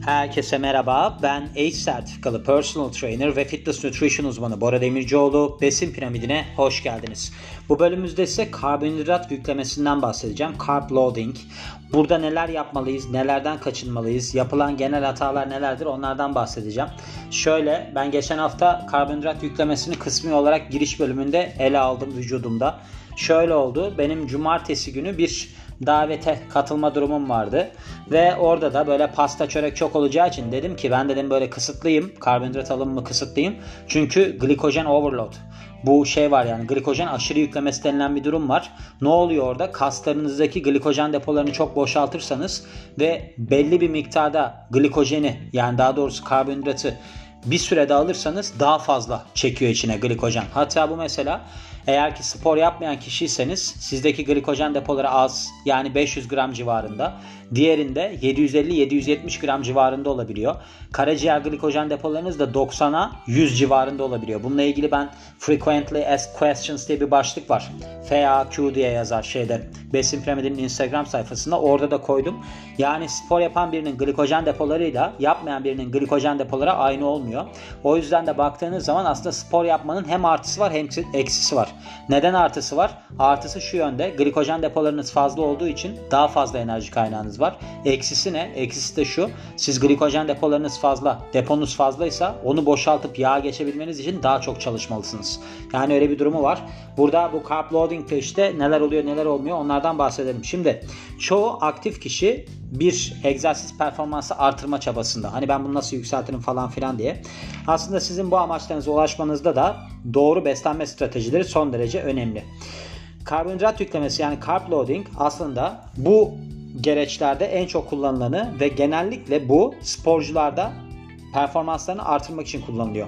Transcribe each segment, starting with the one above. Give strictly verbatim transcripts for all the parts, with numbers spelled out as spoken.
Herkese merhaba. Ben A C E sertifikalı personal trainer ve fitness nutrition uzmanı Bora Demircioğlu. Besin piramidine hoş geldiniz. Bu bölümümüzde ise karbonhidrat yüklemesinden bahsedeceğim. Carb loading. Burada neler yapmalıyız, nelerden kaçınmalıyız, yapılan genel hatalar nelerdir onlardan bahsedeceğim. Şöyle, ben geçen hafta karbonhidrat yüklemesini kısmi olarak giriş bölümünde ele aldım vücudumda. Şöyle oldu. Benim cumartesi günü bir davete katılma durumum vardı. Ve orada da böyle pasta çörek çok olacağı için dedim ki ben dedim böyle kısıtlıyım. Karbonhidrat alımımı kısıtlıyım. Çünkü glikojen overload. Bu şey var yani glikojen aşırı yüklemesi denilen bir durum var. Ne oluyor orada? Kaslarınızdaki glikojen depolarını çok boşaltırsanız ve belli bir miktarda glikojeni yani daha doğrusu karbonhidratı bir sürede alırsanız daha fazla çekiyor içine glikojen. Hatta bu mesela eğer ki spor yapmayan kişiyseniz sizdeki glikojen depoları az yani beş yüz gram civarında. Diğerinde yedi yüz elli yedi yüz yetmiş gram civarında olabiliyor. Karaciğer glikojen depolarınız da doksana yüz civarında olabiliyor. Bununla ilgili ben Frequently Asked Questions diye bir başlık var. F A Q diye yazar şeyde. Besin Piramidinin Instagram sayfasında orada da koydum. Yani spor yapan birinin glikojen depolarıyla yapmayan birinin glikojen depoları aynı olmuyor. O yüzden de baktığınız zaman aslında spor yapmanın hem artısı var hem eksisi var. Neden artısı var? Artısı şu yönde. Glikojen depolarınız fazla olduğu için daha fazla enerji kaynağınız var. Eksisi ne? Eksisi de şu. Siz glikojen depolarınız fazla, deponuz fazlaysa onu boşaltıp yağa geçebilmeniz için daha çok çalışmalısınız. Yani öyle bir durumu var. Burada bu carb loading'te işte neler oluyor neler olmuyor onlardan bahsedelim. Şimdi çoğu aktif kişi bir egzersiz performansı artırma çabasında. Hani ben bunu nasıl yükseltirim falan filan diye. Aslında sizin bu amaçlarınıza ulaşmanızda da doğru beslenme stratejileri son derece önemli. Karbonhidrat yüklemesi yani carb loading aslında bu gereçlerde en çok kullanılanı ve genellikle bu sporcularda performanslarını artırmak için kullanılıyor.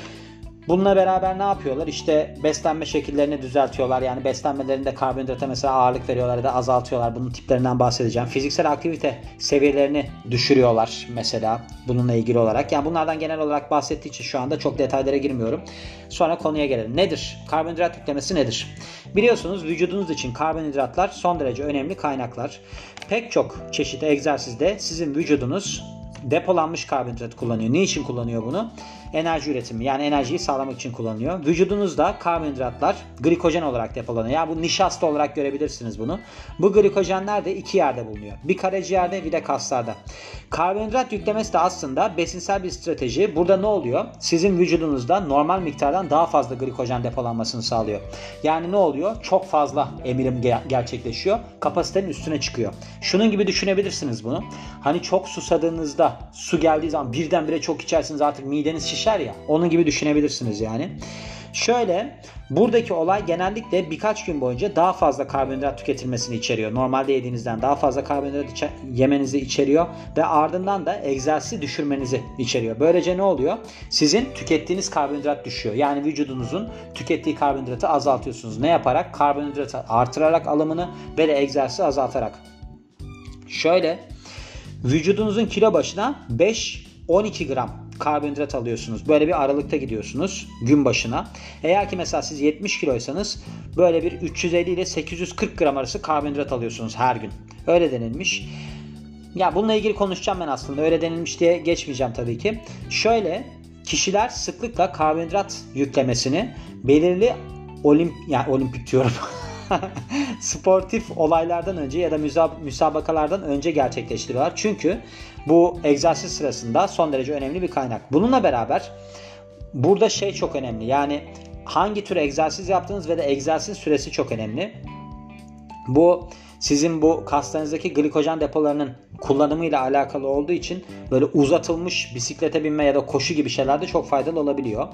Bununla beraber ne yapıyorlar? İşte beslenme şekillerini düzeltiyorlar. Yani beslenmelerinde karbonhidrata mesela ağırlık veriyorlar ya da azaltıyorlar. Bunun tiplerinden bahsedeceğim. Fiziksel aktivite seviyelerini düşürüyorlar mesela bununla ilgili olarak. Yani bunlardan genel olarak bahsettiği için şu anda çok detaylara girmiyorum. Sonra konuya gelelim. Nedir? Karbonhidrat yüklemesi nedir? Biliyorsunuz vücudunuz için karbonhidratlar son derece önemli kaynaklar. Pek çok çeşit egzersizde sizin vücudunuz depolanmış karbonhidrat kullanıyor. Ne için kullanıyor bunu? Enerji üretimi yani enerjiyi sağlamak için kullanıyor. Vücudunuzda karbonhidratlar glikojen olarak depolanıyor. Yani bu nişasta olarak görebilirsiniz bunu. Bu glikojenler de iki yerde bulunuyor. Bir karaciğerde bir de kaslarda. Karbonhidrat yüklemesi de aslında besinsel bir strateji. Burada ne oluyor? Sizin vücudunuzda normal miktardan daha fazla glikojen depolanmasını sağlıyor. Yani ne oluyor? Çok fazla emilim gerçekleşiyor. Kapasitenin üstüne çıkıyor. Şunun gibi düşünebilirsiniz bunu. Hani çok susadığınızda su geldiği zaman birdenbire çok içersiniz artık mideniz şişer ya. Onun gibi düşünebilirsiniz yani. Şöyle buradaki olay genellikle birkaç gün boyunca daha fazla karbonhidrat tüketilmesini içeriyor. Normalde yediğinizden daha fazla karbonhidrat içe- yemenizi içeriyor ve ardından da egzersizi düşürmenizi içeriyor. Böylece ne oluyor? Sizin tükettiğiniz karbonhidrat düşüyor. Yani vücudunuzun tükettiği karbonhidratı azaltıyorsunuz. Ne yaparak? Karbonhidratı artırarak alımını ve de egzersizi azaltarak. Şöyle vücudunuzun kilo başına beş on iki gram karbonhidrat alıyorsunuz. Böyle bir aralıkta gidiyorsunuz gün başına. Eğer ki mesela siz yetmiş kiloysanız böyle bir üç yüz elli ile sekiz yüz kırk gram arası karbonhidrat alıyorsunuz her gün. Öyle denilmiş. Ya bununla ilgili konuşacağım ben aslında. Öyle denilmiş diye geçmeyeceğim tabii ki. Şöyle kişiler sıklıkla karbonhidrat yüklemesini belirli olimp yani olimpik diyorum. sportif olaylardan önce ya da müsabakalardan önce gerçekleştiriyorlar. Çünkü bu egzersiz sırasında son derece önemli bir kaynak. Bununla beraber burada şey çok önemli. Yani hangi tür egzersiz yaptığınız ve de egzersiz süresi çok önemli. Bu sizin bu kaslarınızdaki glikojen depolarının kullanımıyla alakalı olduğu için böyle uzatılmış bisiklete binme ya da koşu gibi şeyler de çok faydalı olabiliyor.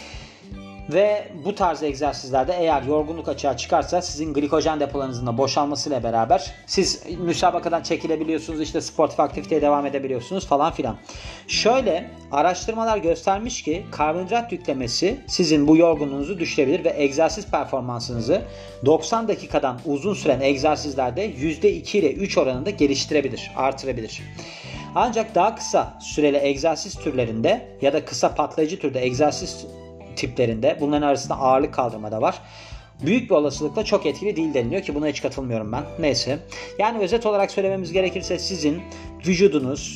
Ve bu tarz egzersizlerde eğer yorgunluk açığa çıkarsa sizin glikojen depolarınızın da boşalmasıyla beraber siz müsabakadan çekilebiliyorsunuz, işte sportif aktiviteye devam edebiliyorsunuz falan filan. Şöyle araştırmalar göstermiş ki karbonhidrat yüklemesi sizin bu yorgunluğunuzu düşürebilir ve egzersiz performansınızı doksan dakikadan uzun süren egzersizlerde yüzde iki ile üç oranında geliştirebilir, artırabilir. Ancak daha kısa süreli egzersiz türlerinde ya da kısa patlayıcı türde egzersiz tiplerinde bunların arasında ağırlık kaldırma da var. Büyük bir olasılıkla çok etkili değil deniliyor ki buna hiç katılmıyorum ben. Neyse. Yani özet olarak söylememiz gerekirse sizin vücudunuz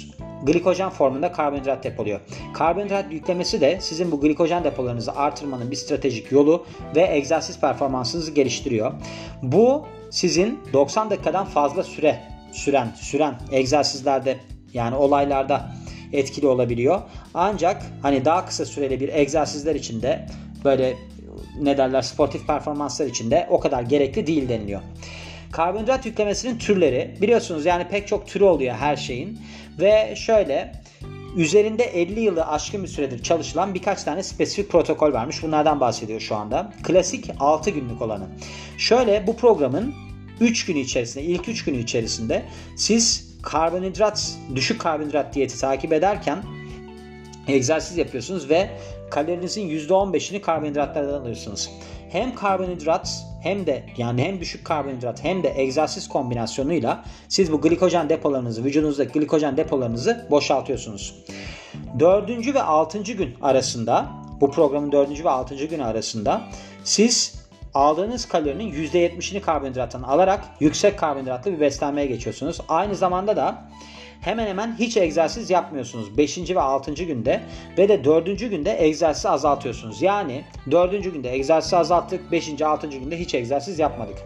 glikojen formunda karbonhidrat depoluyor. Karbonhidrat yüklemesi de sizin bu glikojen depolarınızı artırmanın bir stratejik yolu ve egzersiz performansınızı geliştiriyor. Bu sizin doksan dakikadan fazla süre süren süren egzersizlerde, yani olaylarda etkili olabiliyor. Ancak hani daha kısa süreli bir egzersizler için de, böyle ne derler, sportif performanslar için de o kadar gerekli değil deniliyor. Karbonhidrat yüklemesinin türleri biliyorsunuz, yani pek çok türü oluyor her şeyin ve şöyle üzerinde elli yılı aşkın bir süredir çalışılan birkaç tane spesifik protokol varmış. Bunlardan bahsediyor şu anda. Klasik altı günlük olanı. Şöyle, bu programın üç günü içerisinde, ilk üç günü içerisinde siz karbonhidrat, düşük karbonhidrat diyeti takip ederken egzersiz yapıyorsunuz ve kalorinisin yüzde on beşini karbonhidratlardan alıyorsunuz. Hem karbonhidrat hem de yani hem düşük karbonhidrat hem de egzersiz kombinasyonuyla siz bu glikojen depolarınızı, vücudunuzdaki glikojen depolarınızı boşaltıyorsunuz. Dördüncü ve altıncı gün arasında, bu programın dördüncü ve altıncı günü arasında siz aldığınız kalorinin yüzde yetmişini karbonhidrattan alarak yüksek karbonhidratlı bir beslenmeye geçiyorsunuz. Aynı zamanda da hemen hemen hiç egzersiz yapmıyorsunuz beşinci ve altıncı günde ve de dördüncü günde egzersizi azaltıyorsunuz. Yani dördüncü günde egzersizi azalttık, beşinci altıncı günde hiç egzersiz yapmadık.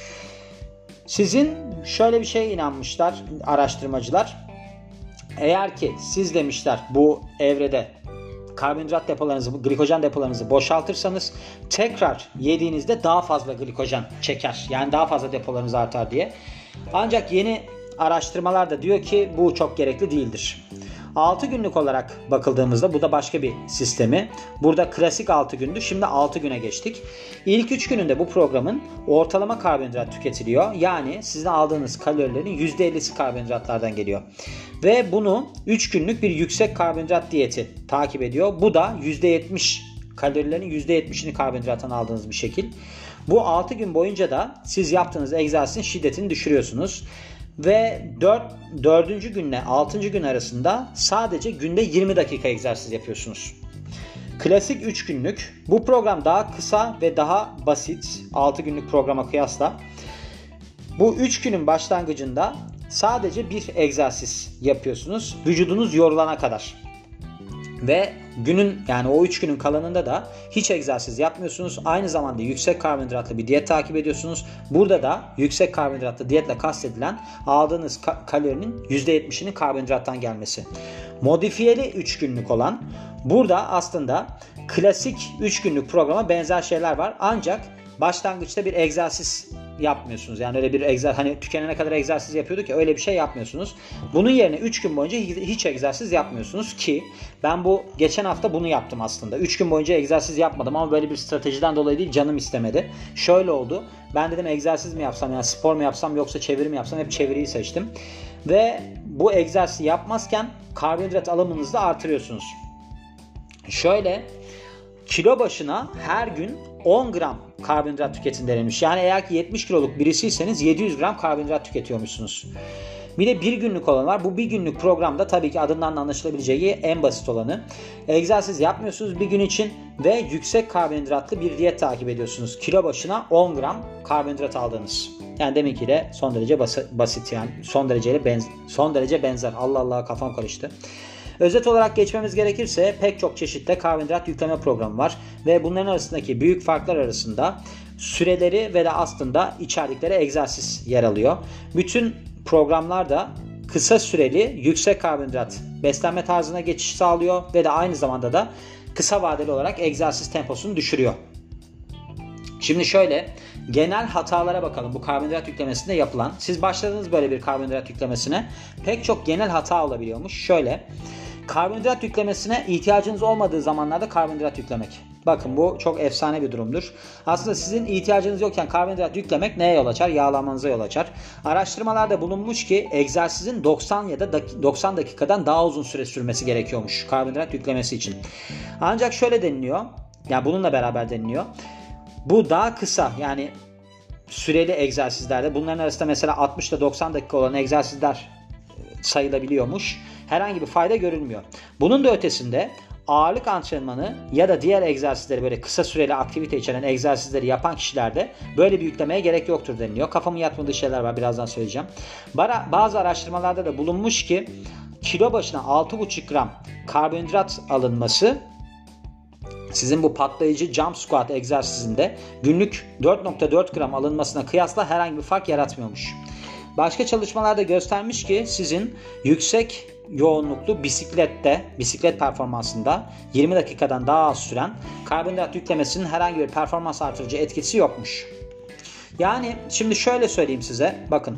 Sizin şöyle bir şeye inanmışlar araştırmacılar. Eğer ki siz demişler bu evrede karbonhidrat depolarınızı, glikojen depolarınızı boşaltırsanız tekrar yediğinizde daha fazla glikojen çeker. Yani daha fazla depolarınız artar diye. Ancak yeni araştırmalar da diyor ki bu çok gerekli değildir. altı günlük olarak bakıldığımızda bu da başka bir sistemi. Burada klasik altı gündü. Şimdi altı güne geçtik. İlk üç gününde bu programın ortalama karbonhidrat tüketiliyor. Yani sizin aldığınız kalorilerin yüzde ellisi karbonhidratlardan geliyor. Ve bunu üç günlük bir yüksek karbonhidrat diyeti takip ediyor. Bu da yüzde yetmiş, kalorilerin yüzde yetmişini karbonhidrattan aldığınız bir şekil. Bu altı gün boyunca da siz yaptığınız egzersizin şiddetini düşürüyorsunuz. Ve dördüncü günle altıncı gün arasında sadece günde yirmi dakika egzersiz yapıyorsunuz. Klasik üç günlük. Bu program daha kısa ve daha basit altı günlük programa kıyasla. Bu üç günün başlangıcında sadece bir egzersiz yapıyorsunuz. Vücudunuz yorulana kadar. Ve günün, yani o üç günün kalanında da hiç egzersiz yapmıyorsunuz. Aynı zamanda yüksek karbonhidratlı bir diyet takip ediyorsunuz. Burada da yüksek karbonhidratlı diyetle kastedilen aldığınız ka- kalorinin yüzde yetmişinin karbonhidrattan gelmesi. Modifiyeli üç günlük olan, burada aslında klasik üç günlük programa benzer şeyler var. Ancak başlangıçta bir egzersiz yapmıyorsunuz. Yani öyle bir egzersiz, hani tükenene kadar egzersiz yapıyorduk ya, öyle bir şey yapmıyorsunuz. Bunun yerine üç gün boyunca hiç egzersiz yapmıyorsunuz ki ben bu geçen hafta bunu yaptım aslında. üç gün boyunca egzersiz yapmadım ama böyle bir stratejiden dolayı değil, canım istemedi. Şöyle oldu. Ben dedim egzersiz mi yapsam, yani spor mu yapsam yoksa çeviri mi yapsam, hep çeviriyi seçtim. Ve bu egzersizi yapmazken karbonhidrat alımınızı da artırıyorsunuz. Şöyle kilo başına her gün on gram karbonhidrat tüketin denilmiş. Yani eğer ki yetmiş kiloluk birisiyseniz yedi yüz gram karbonhidrat tüketiyormuşsunuz. Bir de bir günlük olan var. Bu bir günlük programda tabii ki adından da anlaşılabileceği en basit olanı. Egzersiz yapmıyorsunuz bir gün için ve yüksek karbonhidratlı bir diyet takip ediyorsunuz. Kilo başına on gram karbonhidrat aldığınız. Yani deminkiyle son derece basit, yani son derece benzer, son derece benzer. Allah Allah, kafam karıştı. Özet olarak geçmemiz gerekirse pek çok çeşitli karbonhidrat yükleme programı var ve bunların arasındaki büyük farklar arasında süreleri ve de aslında içerdikleri egzersiz yer alıyor. Bütün programlarda kısa süreli yüksek karbonhidrat beslenme tarzına geçiş sağlıyor ve de aynı zamanda da kısa vadeli olarak egzersiz temposunu düşürüyor. Şimdi şöyle genel hatalara bakalım bu karbonhidrat yüklemesinde yapılan. Siz başladınız böyle bir karbonhidrat yüklemesine, pek çok genel hata olabiliyormuş. Şöyle, karbonhidrat yüklemesine ihtiyacınız olmadığı zamanlarda karbonhidrat yüklemek. Bakın bu çok efsane bir durumdur. Aslında sizin ihtiyacınız yokken karbonhidrat yüklemek neye yol açar? Yağlanmanıza yol açar. Araştırmalarda bulunmuş ki egzersizin doksan ya da doksan dakikadan daha uzun süre sürmesi gerekiyormuş karbonhidrat yüklemesi için. Ancak şöyle deniliyor, yani bununla beraber deniliyor. Bu daha kısa, yani süreli egzersizlerde, bunların arasında mesela altmış ile doksan dakika olan egzersizler sayılabiliyormuş. Herhangi bir fayda görülmüyor. Bunun da ötesinde ağırlık antrenmanı ya da diğer egzersizleri, böyle kısa süreli aktivite içeren egzersizleri yapan kişilerde böyle bir yüklemeye gerek yoktur deniliyor. Kafamın yatmadığı şeyler var, birazdan söyleyeceğim. Bazı araştırmalarda da bulunmuş ki kilo başına altı buçuk gram karbonhidrat alınması sizin bu patlayıcı jump squat egzersizinde günlük dört nokta dört gram alınmasına kıyasla herhangi bir fark yaratmıyormuş. Başka çalışmalarda göstermiş ki sizin yüksek yoğunluklu bisiklette, bisiklet performansında yirmi dakikadan daha az süren karbonhidrat yüklemesinin herhangi bir performans artırıcı etkisi yokmuş. Yani şimdi şöyle söyleyeyim size, bakın.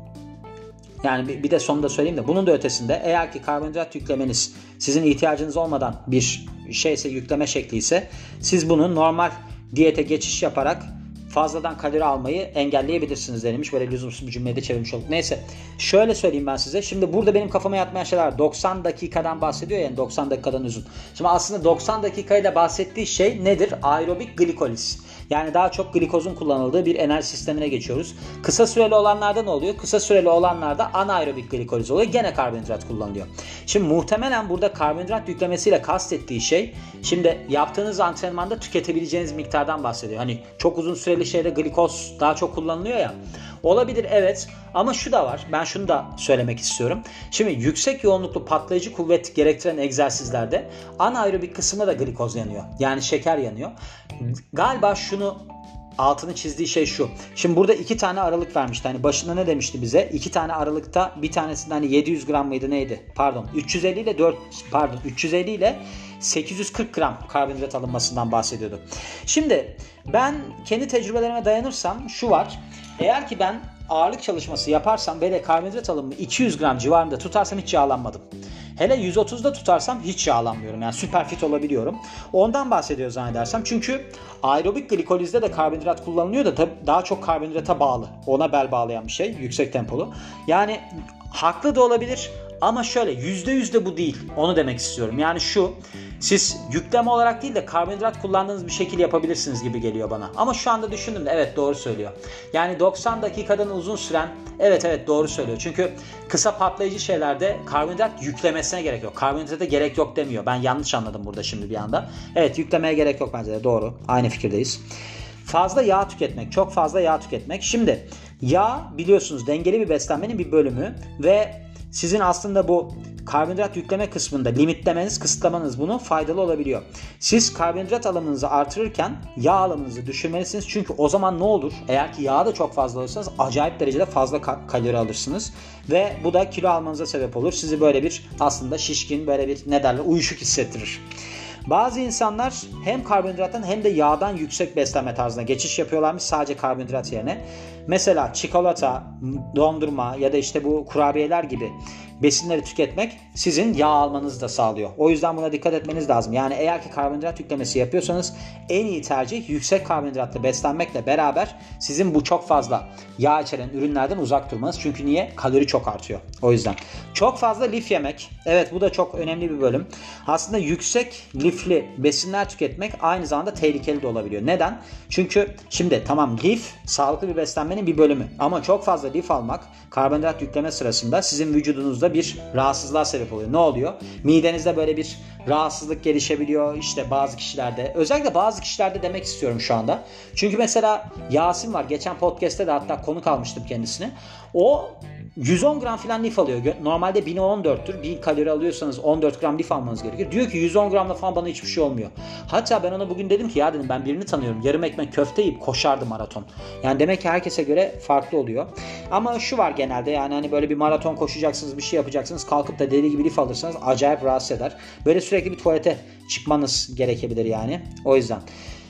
Yani bir de sonunda söyleyeyim de bunun da ötesinde eğer ki karbonhidrat yüklemeniz sizin ihtiyacınız olmadan bir şeyse, yükleme şekli ise siz bunu normal diyete geçiş yaparak fazladan kalori almayı engelleyebilirsiniz denilmiş. Böyle lüzumsuz bir cümleyi de çevirmiş olduk. Neyse, şöyle söyleyeyim ben size. Şimdi burada benim kafama yatmayan şeyler, doksan dakikadan bahsediyor, yani doksan dakikadan uzun. Şimdi aslında doksan dakikayla bahsettiği şey nedir? Aerobik glikoliz. Yani daha çok glikozun kullanıldığı bir enerji sistemine geçiyoruz. Kısa süreli olanlarda ne oluyor? Kısa süreli olanlarda anaerobik glikoliz oluyor. Gene karbonhidrat kullanılıyor. Şimdi muhtemelen burada karbonhidrat yüklemesiyle kastettiği şey, şimdi yaptığınız antrenmanda tüketebileceğiniz miktardan bahsediyor. Hani çok uzun süreli şeyde glikoz daha çok kullanılıyor ya. Olabilir, evet, ama şu da var. Ben şunu da söylemek istiyorum. Şimdi yüksek yoğunluklu patlayıcı kuvvet gerektiren egzersizlerde anaerobik kısmında da glikoz yanıyor. Yani şeker yanıyor. Galiba şunu altını çizdiği şey şu. Şimdi burada iki tane aralık vermişti. Hani başında ne demişti bize? İki tane aralıkta bir tanesinde hani yedi yüz gram mıydı neydi? Pardon. üç yüz elli ile dört pardon üç yüz elli ile sekiz yüz kırk gram karbonhidrat alınmasından bahsediyordu. Şimdi ben kendi tecrübelerime dayanırsam şu var. Eğer ki ben ağırlık çalışması yaparsam ve de karbonhidrat alımı iki yüz gram civarında tutarsam hiç yağlanmadım. Hele yüz otuzda tutarsam hiç yağlanmıyorum. Yani süper fit olabiliyorum. Ondan bahsediyor zannedersem. Çünkü aerobik glikolizde de karbonhidrat kullanılıyor da tabii daha çok karbonhidrata bağlı. Ona bel bağlayan bir şey. Yüksek tempolu. Yani haklı da olabilir. Ama şöyle yüzde yüz de bu değil. Onu demek istiyorum. Yani şu, siz yükleme olarak değil de karbonhidrat kullandığınız bir şekil yapabilirsiniz gibi geliyor bana. Ama şu anda düşündüm de evet, doğru söylüyor. Yani doksan dakikadan uzun süren, evet evet doğru söylüyor. Çünkü kısa patlayıcı şeylerde karbonhidrat yüklemesine gerek yok. Karbonhidrata gerek yok demiyor. Ben yanlış anladım burada şimdi bir anda. Evet, yüklemeye gerek yok bence de, doğru. Aynı fikirdeyiz. Fazla yağ tüketmek, çok fazla yağ tüketmek. Şimdi yağ biliyorsunuz dengeli bir beslenmenin bir bölümü ve sizin aslında bu karbonhidrat yükleme kısmında limitlemeniz, kısıtlamanız bunu faydalı olabiliyor. Siz karbonhidrat alımınızı artırırken yağ alımınızı düşürmelisiniz. Çünkü o zaman ne olur? Eğer ki yağı da çok fazla alırsanız acayip derecede fazla kalori alırsınız. Ve bu da kilo almanıza sebep olur. Sizi böyle bir aslında şişkin, böyle bir ne derler, uyuşuk hissettirir. Bazı insanlar hem karbonhidrattan hem de yağdan yüksek beslenme tarzına geçiş yapıyorlarmış sadece karbonhidrat yerine. Mesela çikolata, dondurma ya da işte bu kurabiyeler gibi besinleri tüketmek sizin yağ almanızı da sağlıyor. O yüzden buna dikkat etmeniz lazım. Yani eğer ki karbonhidrat yüklemesi yapıyorsanız en iyi tercih yüksek karbonhidratlı beslenmekle beraber sizin bu çok fazla yağ içeren ürünlerden uzak durmanız. Çünkü niye? Kalori çok artıyor. O yüzden. Çok fazla lif yemek. Evet, bu da çok önemli bir bölüm. Aslında yüksek lifli besinler tüketmek aynı zamanda tehlikeli de olabiliyor. Neden? Çünkü şimdi tamam, lif sağlıklı bir beslenmenin bir bölümü. Ama çok fazla lif almak karbonhidrat yükleme sırasında sizin vücudunuzda bir rahatsızlığa sebep oluyor. Ne oluyor? Midenizde böyle bir rahatsızlık gelişebiliyor. İşte bazı kişilerde, özellikle bazı kişilerde demek istiyorum şu anda. Çünkü mesela Yasin var. Geçen podcast'te de hatta konuk almıştım kendisini. O yüz on gram falan lif alıyor. Normalde bin on dörttür. bin kalori alıyorsanız on dört gram lif almanız gerekiyor. Diyor ki yüz on gramla falan bana hiçbir şey olmuyor. Hatta ben ona bugün dedim ki ya dedim, ben birini tanıyorum. Yarım ekmek köfte yiyip koşardı maraton. Yani demek ki herkese göre farklı oluyor. Ama şu var genelde, yani hani böyle bir maraton koşacaksınız, bir şey yapacaksınız. Kalkıp da deli gibi lif alırsanız acayip rahatsız eder. Böyle sürekli bir tuvalete çıkmanız gerekebilir yani. O yüzden.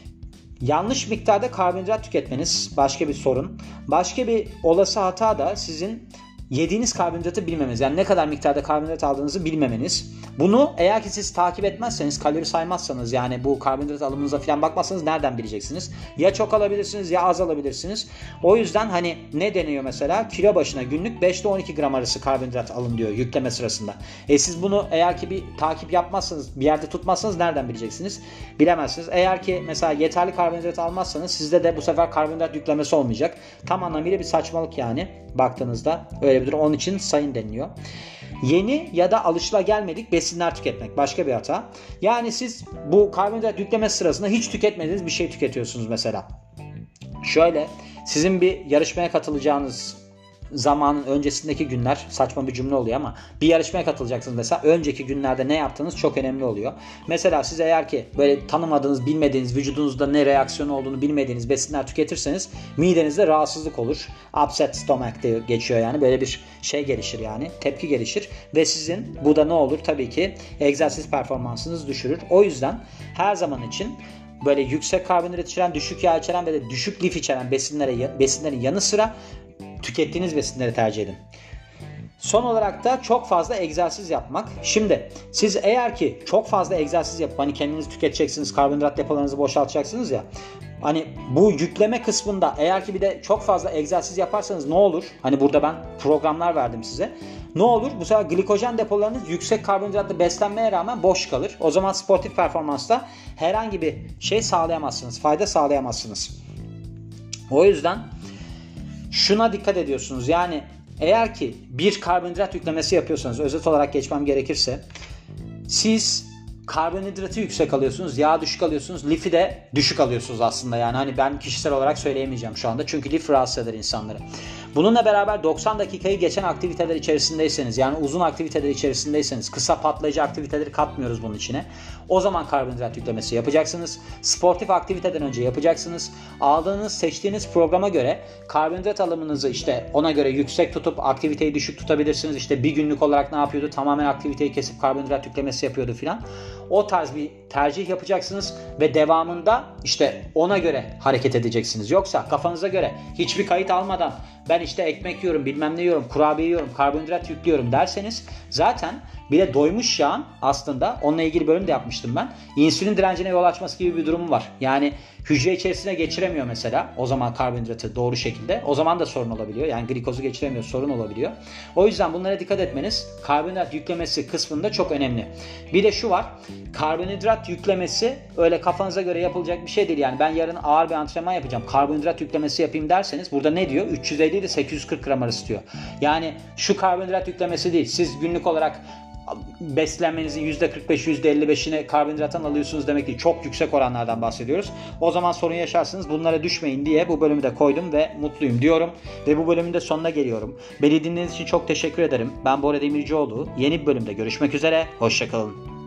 Yanlış miktarda karbonhidrat tüketmeniz başka bir sorun. Başka bir olası hata da sizin yediğiniz karbonhidratı bilmemeniz. Yani ne kadar miktarda karbonhidrat aldığınızı bilmemeniz. Bunu eğer ki siz takip etmezseniz, kalori saymazsanız, yani bu karbonhidrat alımınıza falan bakmazsanız nereden bileceksiniz? Ya çok alabilirsiniz ya az alabilirsiniz. O yüzden hani ne deniyor mesela? Kilo başına günlük beş ile on iki gram arası karbonhidrat alın diyor yükleme sırasında. E siz bunu eğer ki bir takip yapmazsanız, bir yerde tutmazsanız nereden bileceksiniz? Bilemezsiniz. Eğer ki mesela yeterli karbonhidrat almazsanız sizde de bu sefer karbonhidrat yüklemesi olmayacak. Tam anlamıyla bir saçmalık yani baktığınızda. Öyle bir durum. Onun için sayın deniliyor. Yeni ya da alışılagelmedik besinler tüketmek başka bir hata. Yani siz bu karbonhidrat yükleme sırasında hiç tüketmediğiniz bir şey tüketiyorsunuz mesela. Şöyle, sizin bir yarışmaya katılacağınız zamanın öncesindeki günler, saçma bir cümle oluyor ama bir yarışmaya katılacaksınız mesela, önceki günlerde ne yaptığınız çok önemli oluyor. Mesela siz eğer ki böyle tanımadığınız, bilmediğiniz, vücudunuzda ne reaksiyonu olduğunu bilmediğiniz besinler tüketirseniz midenizde rahatsızlık olur. Upset stomach diye geçiyor yani, böyle bir şey gelişir yani, tepki gelişir ve sizin bu da ne olur, tabii ki egzersiz performansınız düşürür. O yüzden her zaman için böyle yüksek karbonhidrat içeren, düşük yağ içeren ve de düşük lif içeren besinlere, besinlerin yanı sıra tükettiğiniz besinleri tercih edin. Son olarak da çok fazla egzersiz yapmak. Şimdi siz eğer ki çok fazla egzersiz yapıp hani kendinizi tüketeceksiniz, karbonhidrat depolarınızı boşaltacaksınız ya. Hani bu yükleme kısmında eğer ki bir de çok fazla egzersiz yaparsanız ne olur? Hani burada ben programlar verdim size. Ne olur? Bu sefer glikojen depolarınız yüksek karbonhidratlı beslenmeye rağmen boş kalır. O zaman sportif performansta herhangi bir şey sağlayamazsınız. Fayda sağlayamazsınız. O yüzden şuna dikkat ediyorsunuz. Yani eğer ki bir karbonhidrat yüklemesi yapıyorsanız, özet olarak geçmem gerekirse, siz karbonhidratı yüksek alıyorsunuz, yağ düşük alıyorsunuz, lifi de düşük alıyorsunuz aslında. Yani hani ben kişisel olarak söyleyemeyeceğim şu anda. Çünkü lif rahatsız eder insanları. Bununla beraber doksan dakikayı geçen aktiviteler içerisindeyseniz, yani uzun aktiviteler içerisindeyseniz, kısa patlayıcı aktiviteleri katmıyoruz bunun içine. O zaman karbonhidrat yüklemesi yapacaksınız. Sportif aktiviteden önce yapacaksınız. Aldığınız, seçtiğiniz programa göre karbonhidrat alımınızı işte ona göre yüksek tutup aktiviteyi düşük tutabilirsiniz. İşte bir günlük olarak ne yapıyordu? Tamamen aktiviteyi kesip karbonhidrat yüklemesi yapıyordu filan. O tarz bir tercih yapacaksınız ve devamında işte ona göre hareket edeceksiniz. Yoksa kafanıza göre hiçbir kayıt almadan ben işte ekmek yiyorum, bilmem ne yiyorum, kurabiye yiyorum, karbonhidrat yüklüyorum derseniz zaten bir de doymuş yağın aslında, onunla ilgili bölüm de yapmıştım ben, insülin direncine yol açması gibi bir durum var. Yani hücre içerisine geçiremiyor mesela o zaman karbonhidratı doğru şekilde. O zaman da sorun olabiliyor. Yani glikozu geçiremiyor, sorun olabiliyor. O yüzden bunlara dikkat etmeniz karbonhidrat yüklemesi kısmında çok önemli. Bir de şu var. Karbonhidrat yüklemesi öyle kafanıza göre yapılacak bir şey değil. Yani ben yarın ağır bir antrenman yapacağım, karbonhidrat yüklemesi yapayım derseniz burada ne diyor? üç yüz elli ile sekiz yüz kırk gram arası diyor. Yani şu karbonhidrat yüklemesi değil. Siz günlük olarak beslenmenizin yüzde kırk beş yüzde elli beşini karbonhidrattan alıyorsunuz demek ki, çok yüksek oranlardan bahsediyoruz. O zaman sorun yaşarsınız. Bunlara düşmeyin diye bu bölümü de koydum ve mutluyum diyorum. Ve bu bölümün de sonuna geliyorum. Beni dinlediğiniz için çok teşekkür ederim. Ben Bora Demircioğlu. Yeni bir bölümde görüşmek üzere. Hoşçakalın.